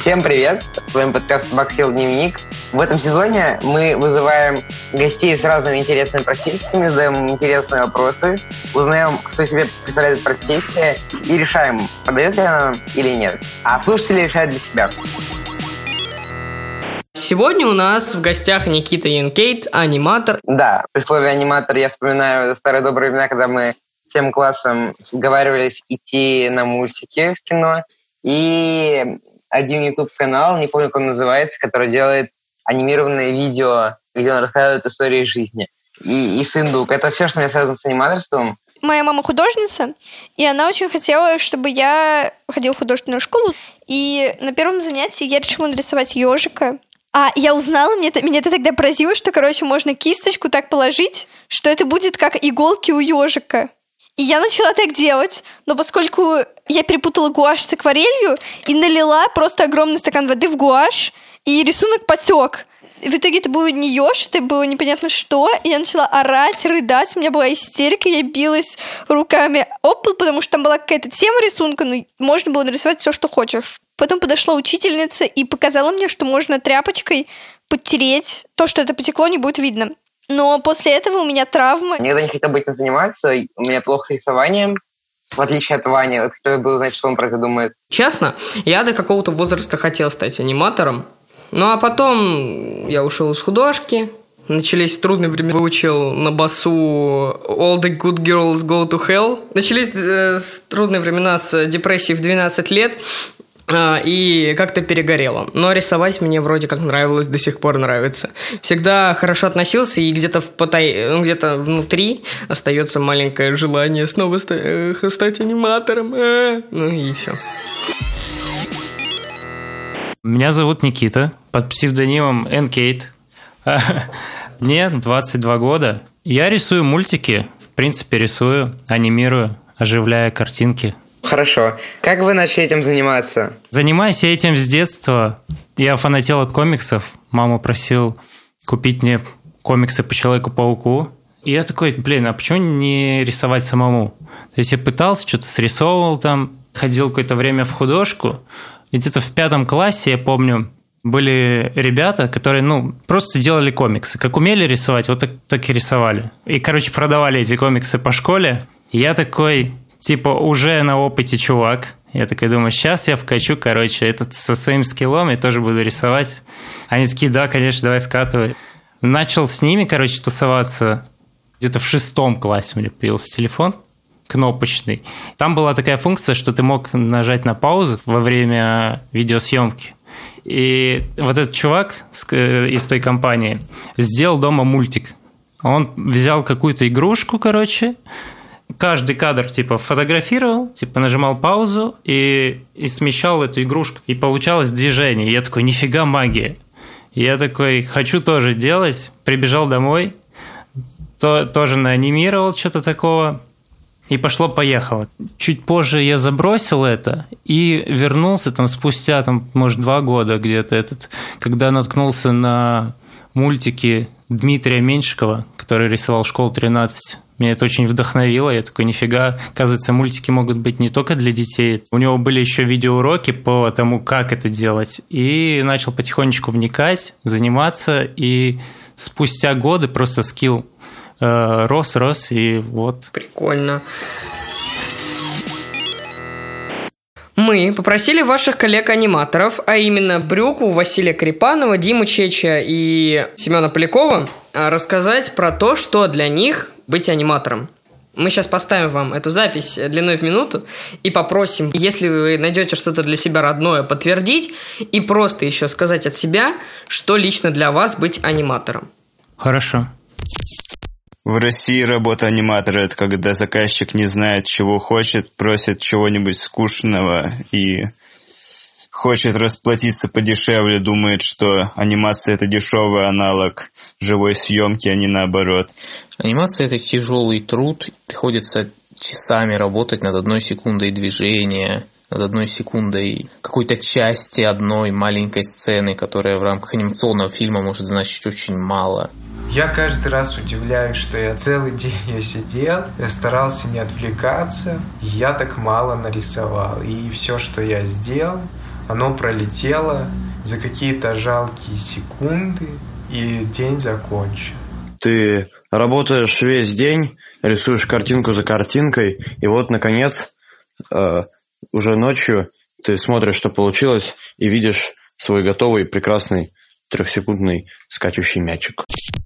Всем привет! С вами подкаст «Баксил Дневник». В этом сезоне мы вызываем гостей с разными интересными профессиями, задаем интересные вопросы, узнаем, что себе представляет профессия и решаем, подойдет ли она или нет. А слушатели решают для себя. Сегодня у нас в гостях Никита Янкейт, аниматор. Да, при слове «аниматор» я вспоминаю старые добрые времена, когда мы всем классом сговаривались идти на мультики в кино. И один YouTube-канал, не помню, как он называется, который делает анимированные видео, где он рассказывает истории жизни. И Сындук. Это все, что у меня связано с аниматорством. Моя мама художница, и она очень хотела, чтобы я ходила в художественную школу. И на первом занятии я решила нарисовать ежика. А я узнала, меня это тогда поразило, что, можно кисточку так положить, что это будет как иголки у ежика. И я начала так делать, но поскольку я перепутала гуашь с акварелью и налила просто огромный стакан воды в гуашь, и рисунок потек. В итоге это было не еж, это было непонятно что, и я начала орать, рыдать, у меня была истерика, я билась руками об пол, потому что там была какая-то тема рисунка, но можно было нарисовать все, что хочешь. Потом подошла учительница и показала мне, что можно тряпочкой подтереть то, что это потекло, не будет видно. Но после этого у меня травма. Никогда не хотел бы этим заниматься. У меня плохо с рисованием. В отличие от Вани, кто был знать, что он про это думает. Честно, я до какого-то возраста хотел стать аниматором. Ну а потом я ушел из художки. Начались трудные времена. Выучил на басу All the good girls go to hell. Начались трудные времена с депрессией в 12 лет. И как-то перегорело. Но рисовать мне вроде как нравилось, до сих пор нравится. Всегда хорошо относился, и где-то где-то внутри остается маленькое желание снова стать аниматором. Ну и все. Меня зовут Никита, под псевдонимом Янкейт. Мне 22 года. Я рисую мультики, в принципе рисую, анимирую, оживляя картинки. Хорошо. Как вы начали этим заниматься? Занимаюсь я этим с детства. Я фанател от комиксов. Мама просил купить мне комиксы по Человеку-пауку. И я такой, а почему не рисовать самому? То есть я пытался, что-то срисовывал там, ходил какое-то время в художку. И где-то в 5 классе, я помню, были ребята, которые, просто делали комиксы. Как умели рисовать, вот так и рисовали. И, продавали эти комиксы по школе. И я такой... уже на опыте чувак. Я такой думаю, сейчас я вкачу, этот со своим скиллом я тоже буду рисовать. Они такие, да, конечно, давай вкатывай. Начал с ними, тусоваться. Где-то в 6 классе у меня появился телефон кнопочный. Там была такая функция, что ты мог нажать на паузу во время видеосъемки. И вот этот чувак из той компании сделал дома мультик. Он взял какую-то игрушку, каждый кадр, фотографировал, нажимал паузу и смещал эту игрушку. И получалось движение. И я такой, нифига магия. И я такой, хочу тоже делать. Прибежал домой, тоже наанимировал что-то такого. И пошло-поехало. Чуть позже я забросил это и вернулся спустя, 2 года где-то, когда наткнулся на мультики Дмитрия Меньшикова, который рисовал «Школу 13». Меня это очень вдохновило. Я такой, нифига, оказывается, мультики могут быть не только для детей. У него были еще видеоуроки по тому, как это делать. И начал потихонечку вникать, заниматься. И спустя годы просто скилл рос, и вот. Прикольно. Мы попросили ваших коллег-аниматоров, а именно Брюку, Василия Крепанова, Диму Чеча и Семена Полякова, рассказать про то, что для них быть аниматором. Мы сейчас поставим вам эту запись длиной в минуту и попросим, если вы найдете что-то для себя родное, подтвердить и просто еще сказать от себя, что лично для вас быть аниматором. Хорошо. В России работа аниматора – это когда заказчик не знает, чего хочет, просит чего-нибудь скучного и хочет расплатиться подешевле, думает, что анимация – это дешевый аналог живой съемки, а не наоборот. Анимация – это тяжелый труд, приходится часами работать над 1 секундой движения, над 1 секундой какой-то части одной маленькой сцены, которая в рамках анимационного фильма может значить очень мало. Я каждый раз удивляюсь, что я целый день сидел, я старался не отвлекаться, и я так мало нарисовал. И все, что я сделал, оно пролетело за какие-то жалкие секунды, и день закончен. Ты работаешь весь день, рисуешь картинку за картинкой, и вот, наконец, уже ночью ты смотришь, что получилось, и видишь свой готовый, прекрасный, 3-секундный скачущий мячик.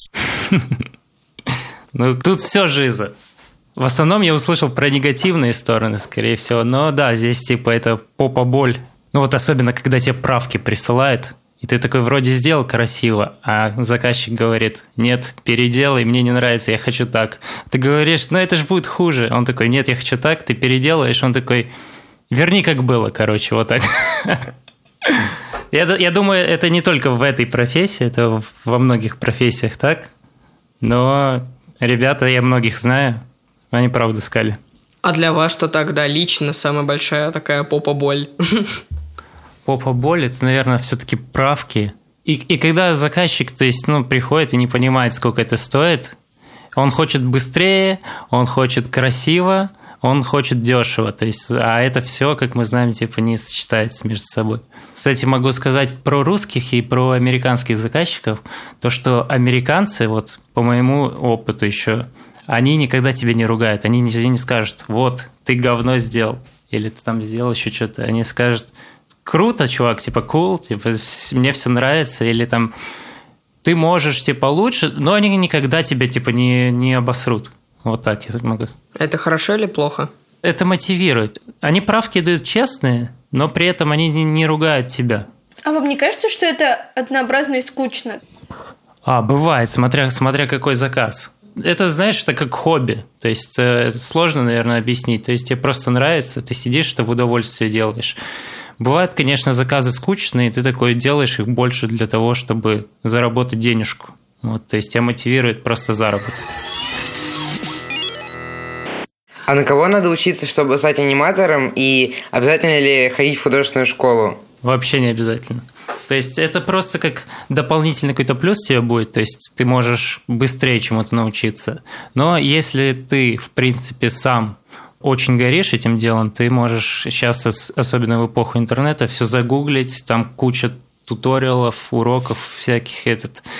Ну, тут все жиза. В основном я услышал про негативные стороны, скорее всего. Но да, здесь типа это попа-боль. Ну вот особенно, когда тебе правки присылают, и ты такой вроде сделал красиво, а заказчик говорит: нет, переделай, мне не нравится, я хочу так. Ты говоришь: ну это же будет хуже. Он такой: нет, я хочу так, ты переделаешь. Он такой: верни как было, короче, вот так. Я думаю, это не только в этой профессии, это во многих профессиях так. Но ребята, я многих знаю, они правду сказали. А для вас что тогда лично самая большая такая попа-боль? Попа-боль – это, наверное, все-таки правки. И когда заказчик, то есть, приходит и не понимает, сколько это стоит, он хочет быстрее, он хочет красиво, он хочет дешево. То есть, а это все, как мы знаем, типа не сочетается между собой. Кстати, могу сказать про русских и про американских заказчиков, то, что американцы, вот по моему опыту еще, они никогда тебя не ругают, они не скажут: вот, ты говно сделал, или ты там сделал еще что-то. Они скажут: круто, чувак, типа, cool, типа, мне все нравится, или там, ты можешь, типа, лучше, но они никогда тебя, типа, не обосрут. Вот так я могу. Это хорошо или плохо? Это мотивирует. Они правки дают честные, но при этом они не ругают тебя. А вам не кажется, что это однообразно и скучно? Бывает, смотря какой заказ. Это, знаешь, это как хобби. То есть, сложно, наверное, объяснить. То есть, тебе просто нравится, ты сидишь, это в удовольствие делаешь. Бывают, конечно, заказы скучные, ты такой делаешь их больше для того, чтобы заработать денежку. Вот, то есть, тебя мотивирует просто заработок. А на кого надо учиться, чтобы стать аниматором? И обязательно ли ходить в художественную школу? Вообще не обязательно. То есть, это просто как дополнительный какой-то плюс тебе будет. То есть, ты можешь быстрее чему-то научиться. Но если ты, в принципе, сам очень горишь этим делом, ты можешь сейчас, особенно в эпоху интернета, все загуглить, там куча туториалов, уроков всяких,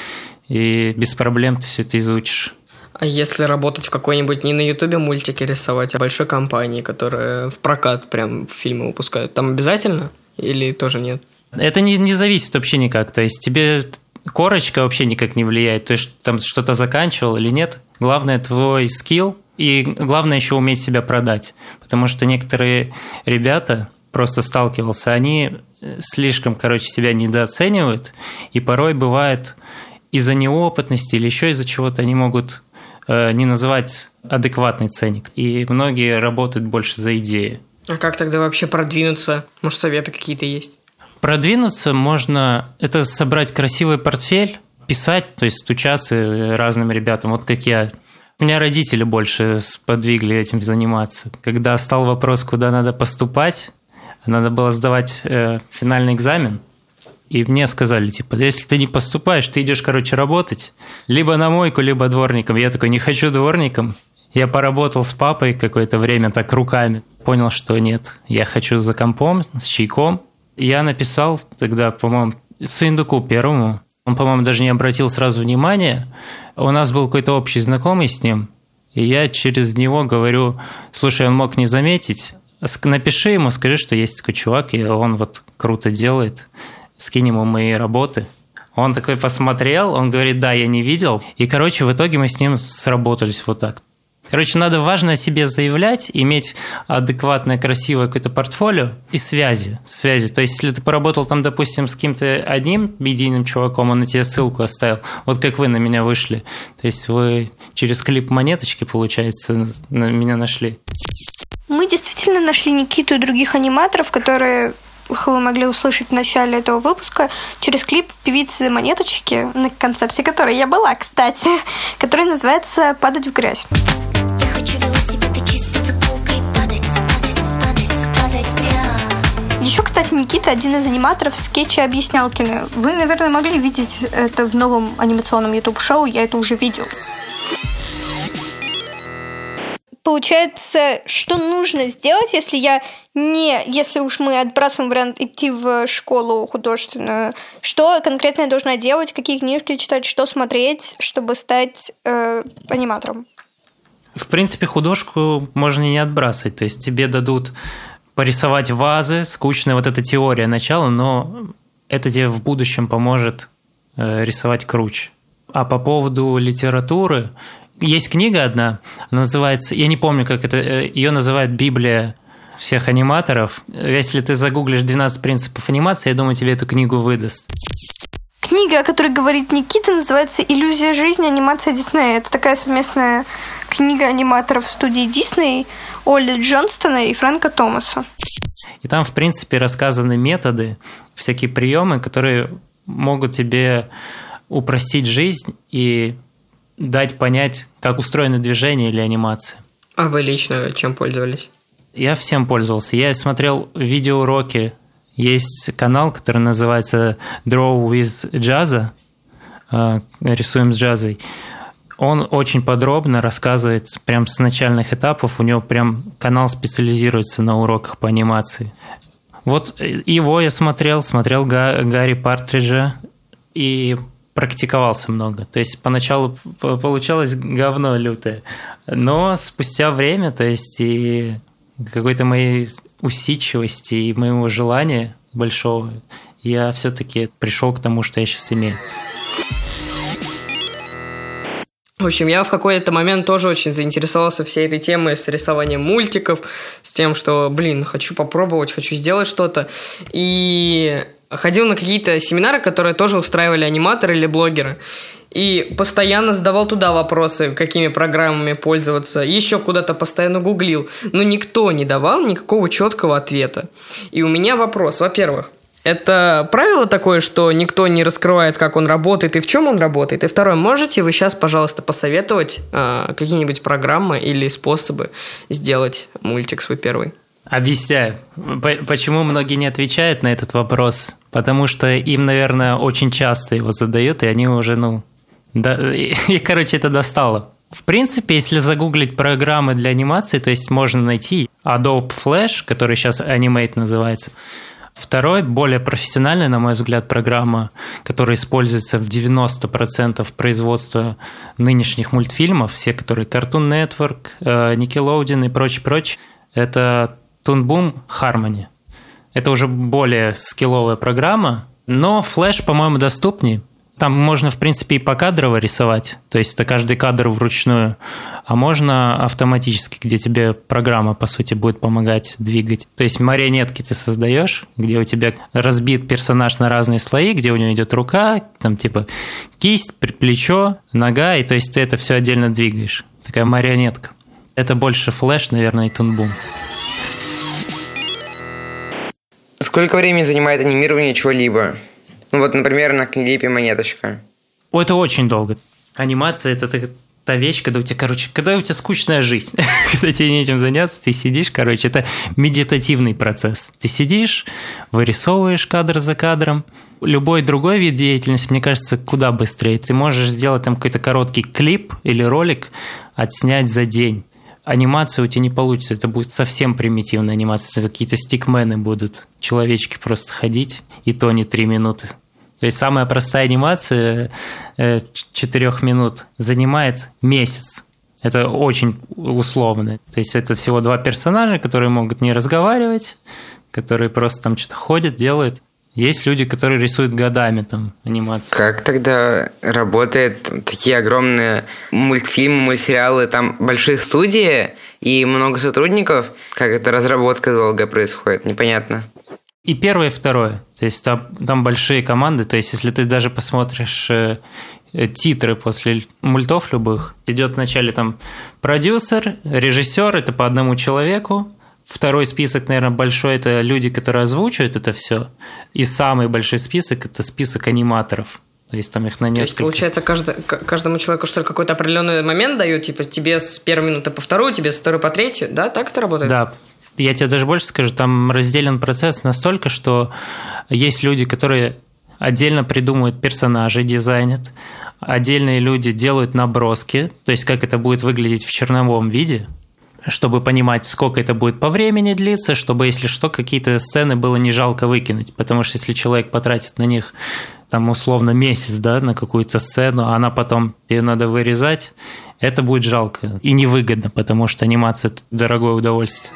и без проблем ты все это изучишь. А если работать в какой-нибудь, не на Ютубе мультики рисовать, а большой компании, которая в прокат прям фильмы выпускают, там обязательно или тоже нет? Это не зависит вообще никак, то есть тебе корочка вообще никак не влияет, то есть там что-то заканчивал или нет, главное твой скилл, и главное еще уметь себя продать, потому что некоторые ребята, просто сталкивался, они слишком, себя недооценивают, и порой бывает из-за неопытности или еще из-за чего-то они могут не называть адекватный ценник, и многие работают больше за идеи. А как тогда вообще продвинуться? Может, советы какие-то есть? Продвинуться можно, это собрать красивый портфель, писать, то есть стучаться разным ребятам, вот как я. Меня родители больше сподвигли этим заниматься. Когда стал вопрос, куда надо поступать, надо было сдавать финальный экзамен, и мне сказали, типа, если ты не поступаешь, ты идешь, работать либо на мойку, либо дворником. Я такой: не хочу дворником. Я поработал с папой какое-то время так руками. Понял, что нет, я хочу за компом, с чайком. Я написал тогда, по-моему, Суиндуку первому. Он, по-моему, даже не обратил сразу внимания. У нас был какой-то общий знакомый с ним, и я через него говорю: слушай, он мог не заметить, напиши ему, скажи, что есть такой чувак, и он вот круто делает, скинь ему мои работы. Он такой посмотрел, он говорит: да, я не видел. И, в итоге мы с ним сработались вот так. Надо важно о себе заявлять, иметь адекватное, красивое какое-то портфолио и связи. То есть, если ты поработал там, допустим, с каким-то одним медийным чуваком, он на тебе ссылку оставил, вот как вы на меня вышли. То есть, вы через клип «Монеточки», получается, меня нашли. Мы действительно нашли Никиту и других аниматоров, которые вы могли услышать в начале этого выпуска через клип певицы «Монеточки», на концерте которой я была, кстати, который называется «Падать в грязь». Я хочу велосипеды чистой футболкой падать. Еще, кстати, Никита один из аниматоров скетча «Объяснялкины». Вы, наверное, могли видеть это в новом анимационном YouTube-шоу, я это уже видел. получается, что нужно сделать, если уж мы отбрасываем вариант идти в школу художественную, что конкретно я должна делать, какие книжки читать, что смотреть, чтобы стать аниматором? В принципе, художку можно и не отбрасывать. То есть тебе дадут порисовать вазы, скучная вот эта теория начала, но это тебе в будущем поможет рисовать круче. А по поводу литературы, есть книга одна, называется, я не помню, как это, ее называют «Библия всех аниматоров». Если ты загуглишь 12 принципов анимации, я думаю, тебе эту книгу выдаст. Книга, о которой говорит Никита, называется «Иллюзия жизни. Анимация Диснея». Это такая совместная книга аниматоров студии Дисней, Олли Джонстона и Фрэнка Томаса. И там, в принципе, рассказаны методы, всякие приемы, которые могут тебе упростить жизнь и дать понять, как устроено движение или анимация. А вы лично чем пользовались? Я всем пользовался. Я смотрел видеоуроки. Есть канал, который называется Draw with Jazza, рисуем с джазой. Он очень подробно рассказывает прям с начальных этапов. У него прям канал специализируется на уроках по анимации. Вот его я смотрел Гарри Партриджа и практиковался много. То есть поначалу получалось говно лютое, но спустя время, то есть и какой-то моей усидчивости и моего желания большого, я все-таки пришел к тому, что я сейчас имею. В общем, я в какой-то момент тоже очень заинтересовался всей этой темой с рисованием мультиков, с тем, что, хочу попробовать, хочу сделать что-то. И ходил на какие-то семинары, которые тоже устраивали аниматоры или блогеры. И постоянно задавал туда вопросы, какими программами пользоваться. Еще куда-то постоянно гуглил. Но никто не давал никакого четкого ответа. И у меня вопрос. Во-первых, это правило такое, что никто не раскрывает, как он работает и в чем он работает? И второе, можете вы сейчас, пожалуйста, посоветовать какие-нибудь программы или способы сделать мультик свой первый? Объясняю. Почему многие не отвечают на этот вопрос? Потому что им, наверное, очень часто его задают, и они уже, это достало. В принципе, если загуглить программы для анимации, то есть можно найти Adobe Flash, который сейчас Animate называется. Второй, более профессиональная, на мой взгляд, программа, которая используется в 90% производства нынешних мультфильмов, все, которые Cartoon Network, Nickelodeon и прочее, это Toon Boom Harmony. Это уже более скилловая программа, но Flash, по-моему, доступнее. Там можно, в принципе, и покадрово рисовать, то есть это каждый кадр вручную, а можно автоматически, где тебе программа, по сути, будет помогать двигать. То есть марионетки ты создаешь, где у тебя разбит персонаж на разные слои, где у него идет рука, там типа кисть, плечо, нога, и то есть ты это все отдельно двигаешь. Такая марионетка. Это больше Flash, наверное, и Toon Boom. Сколько времени занимает анимирование чего-либо? Например, на клипе «Монеточка». Это очень долго. Анимация – это та вещь, когда у тебя скучная жизнь, когда тебе нечем заняться, ты сидишь, это медитативный процесс. Ты сидишь, вырисовываешь кадр за кадром. Любой другой вид деятельности, мне кажется, куда быстрее. Ты можешь сделать там какой-то короткий клип или ролик, отснять за день. Анимация у тебя не получится, это будет совсем примитивная анимация, это какие-то стикмены будут, человечки просто ходить, и то не 3 минуты. То есть самая простая анимация 4 минут занимает месяц. Это очень условно. То есть это всего 2 персонажа, которые могут не разговаривать, которые просто там что-то ходят, делают. Есть люди, которые рисуют годами там анимацию. Как тогда работают такие огромные мультфильмы, мультсериалы, там большие студии и много сотрудников? Как эта разработка долго происходит? Непонятно. И первое, и второе. То есть там большие команды. То есть если ты даже посмотришь титры после мультов любых, идет вначале там продюсер, режиссер, это по одному человеку. Второй список, наверное, большой – это люди, которые озвучивают это все. И самый большой список – это список аниматоров. То есть там их на несколько. То есть, получается, каждому человеку, что ли, какой-то определенный момент дают, типа тебе с первой минуты по вторую, тебе с второй по третью, да? Так это работает? Да. Я тебе даже больше скажу, там разделен процесс настолько, что есть люди, которые отдельно придумывают персонажей, дизайнят, отдельные люди делают наброски, то есть как это будет выглядеть в черновом виде. чтобы понимать, сколько это будет по времени длиться, чтобы, если что, какие-то сцены было не жалко выкинуть. Потому что если человек потратит на них, там, условно, месяц, да, на какую-то сцену, а она потом, ее надо вырезать, это будет жалко и невыгодно, потому что анимация – это дорогое удовольствие.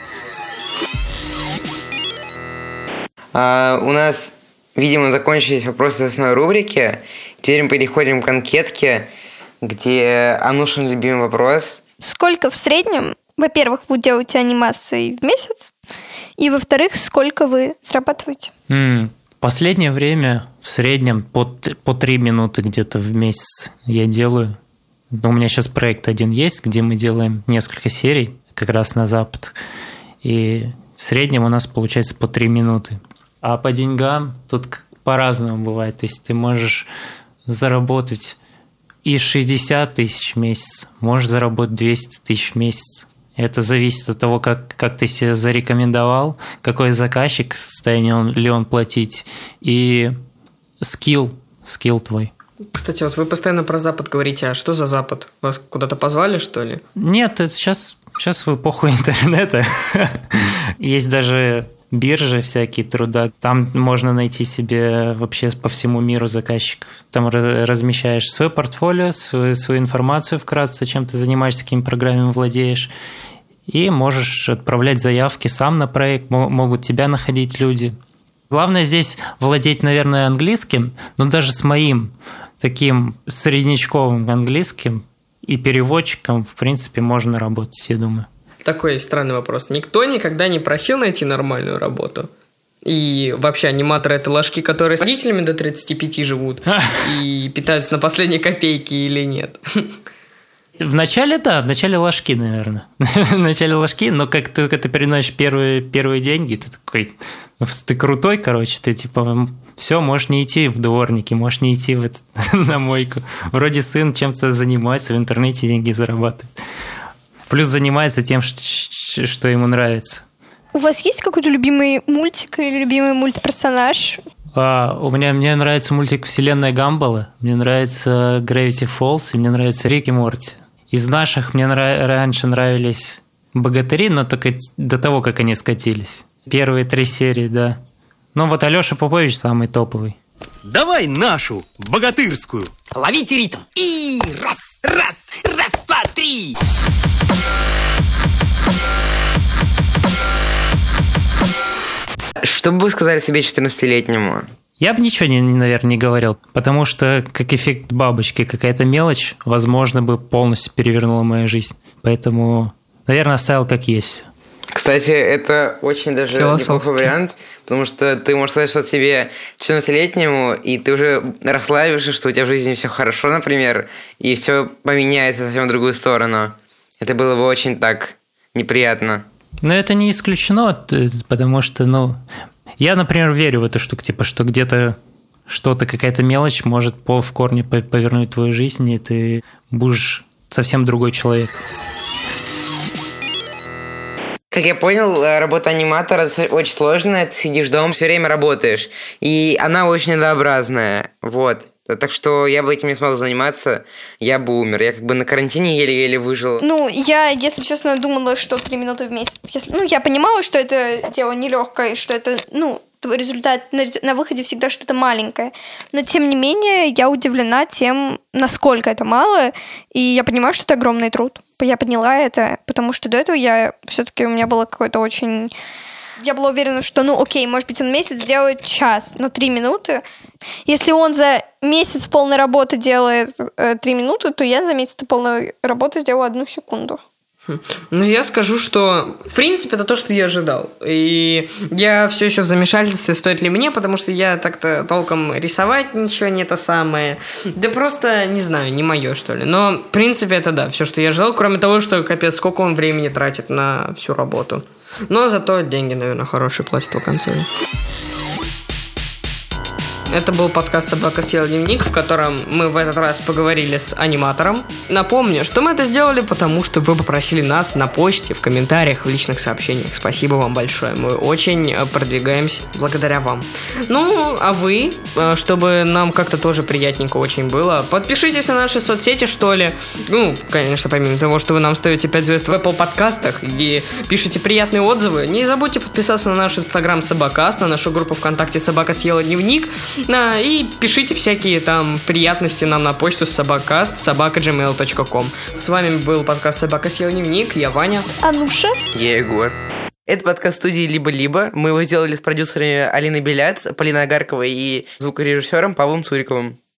У нас, видимо, закончились вопросы из основной рубрики. Теперь мы переходим к анкетке, где Анушин любимый вопрос. Сколько в среднем, во-первых, вы делаете анимации в месяц, и, во-вторых, сколько вы зарабатываете? Последнее время в среднем по 3 минуты где-то в месяц я делаю. У меня сейчас проект один есть, где мы делаем несколько серий как раз на Запад. И в среднем у нас получается по 3 минуты. А по деньгам тут по-разному бывает. То есть ты можешь заработать и 60 тысяч в месяц, можешь заработать 200 тысяч в месяц. Это зависит от того, как ты себя зарекомендовал, какой заказчик, в состоянии ли он платить, и скилл твой. Кстати, вот вы постоянно про Запад говорите, а что за Запад? Вас куда-то позвали, что ли? Нет, это сейчас в эпоху интернета. Есть даже биржи всякие труда. Там можно найти себе вообще по всему миру заказчиков. Там размещаешь свое портфолио, свою информацию вкратце, чем ты занимаешься, какими программами владеешь, и можешь отправлять заявки сам на проект, могут тебя находить люди. Главное здесь владеть, наверное, английским, но даже с моим таким среднячковым английским и переводчиком, в принципе, можно работать, я думаю. Такой странный вопрос. Никто никогда не просил найти нормальную работу? И вообще аниматоры – это ложки, которые с родителями до 35 живут и питаются на последние копейки или нет? Вначале ложки, наверное. Вначале ложки, но как только ты переносишь первые деньги, ты такой, ты крутой, короче, ты типа, все, можешь не идти в дворники, можешь не идти на мойку. Вроде сын чем-то занимается, в интернете деньги зарабатывает. Плюс занимается тем, что ему нравится. У вас есть какой-то любимый мультик или любимый мультперсонаж? Мне нравится мультик «Вселенная Гамбола», мне нравится Gravity Falls, и мне нравится Рик и Морти. Из наших мне раньше нравились «Богатыри», но только до того, как они скатились. Первые 3 серии, да. Ну вот Алёша Попович самый топовый. Давай нашу, богатырскую. Ловите ритм. И раз, два, три. Что бы вы сказали себе 14-летнему? Я бы ничего, наверное, не говорил, потому что как эффект бабочки, какая-то мелочь, возможно, бы полностью перевернула мою жизнь. Поэтому, наверное, оставил как есть. Кстати, это очень даже неплохой вариант, потому что ты можешь сказать что-то себе 14-летнему, и ты уже расслабишься, что у тебя в жизни все хорошо, например, и все поменяется совсем в другую сторону. Это было бы очень так неприятно. Но это не исключено, потому что, я, например, верю в эту штуку, типа, что где-то что-то, какая-то мелочь может в корне повернуть твою жизнь, и ты будешь совсем другой человек. Как я понял, работа аниматора очень сложная, ты сидишь дома, все время работаешь, и она очень однообразная, вот. Так что я бы этим не смог заниматься, я бы умер. Я как бы на карантине еле-еле выжил. Я, если честно, думала, что 3 минуты в месяц. Я понимала, что это дело нелегкое, что это, твой результат на выходе всегда что-то маленькое. Но, тем не менее, я удивлена тем, насколько это мало, и я понимаю, что это огромный труд. Я поняла это, потому что до этого у меня было какое-то очень... Я была уверена, что, окей, может быть, он месяц делает час, но 3 минуты. Если он за месяц полной работы делает 3 минуты, то я за месяц полной работы сделаю 1 секунду. Я скажу, что, в принципе, это то, что я ожидал. И я все еще в замешательстве, стоит ли мне, потому что я так-то толком рисовать ничего не это самое. Да просто, не знаю, не мое, что ли. Но, в принципе, это да, все, что я ожидал, кроме того, что, капец, сколько он времени тратит на всю работу. Но зато деньги, наверное, хорошие платят в конце. Это был подкаст «Собака съела дневник», в котором мы в этот раз поговорили с аниматором. Напомню, что мы это сделали, потому что вы попросили нас на почте, в комментариях, в личных сообщениях. Спасибо вам большое. Мы очень продвигаемся благодаря вам. Ну, а вы, чтобы нам как-то тоже приятненько очень было, подпишитесь на наши соцсети, что ли. Ну, конечно, помимо того, что вы нам ставите 5 звезд в Apple подкастах и пишите приятные отзывы, не забудьте подписаться на наш инстаграм Собакаст, на нашу группу ВКонтакте «Собака съела дневник», и пишите всякие там приятности нам на почту собакаст@gmail.com. С вами был подкаст «Собака съела дневник». Я Ваня. Ануша. Я Егор. Это подкаст студии «Либо-либо». Мы его сделали с продюсерами Алиной Беляц, Полиной Агарковой и звукорежиссером Павлом Цуриковым.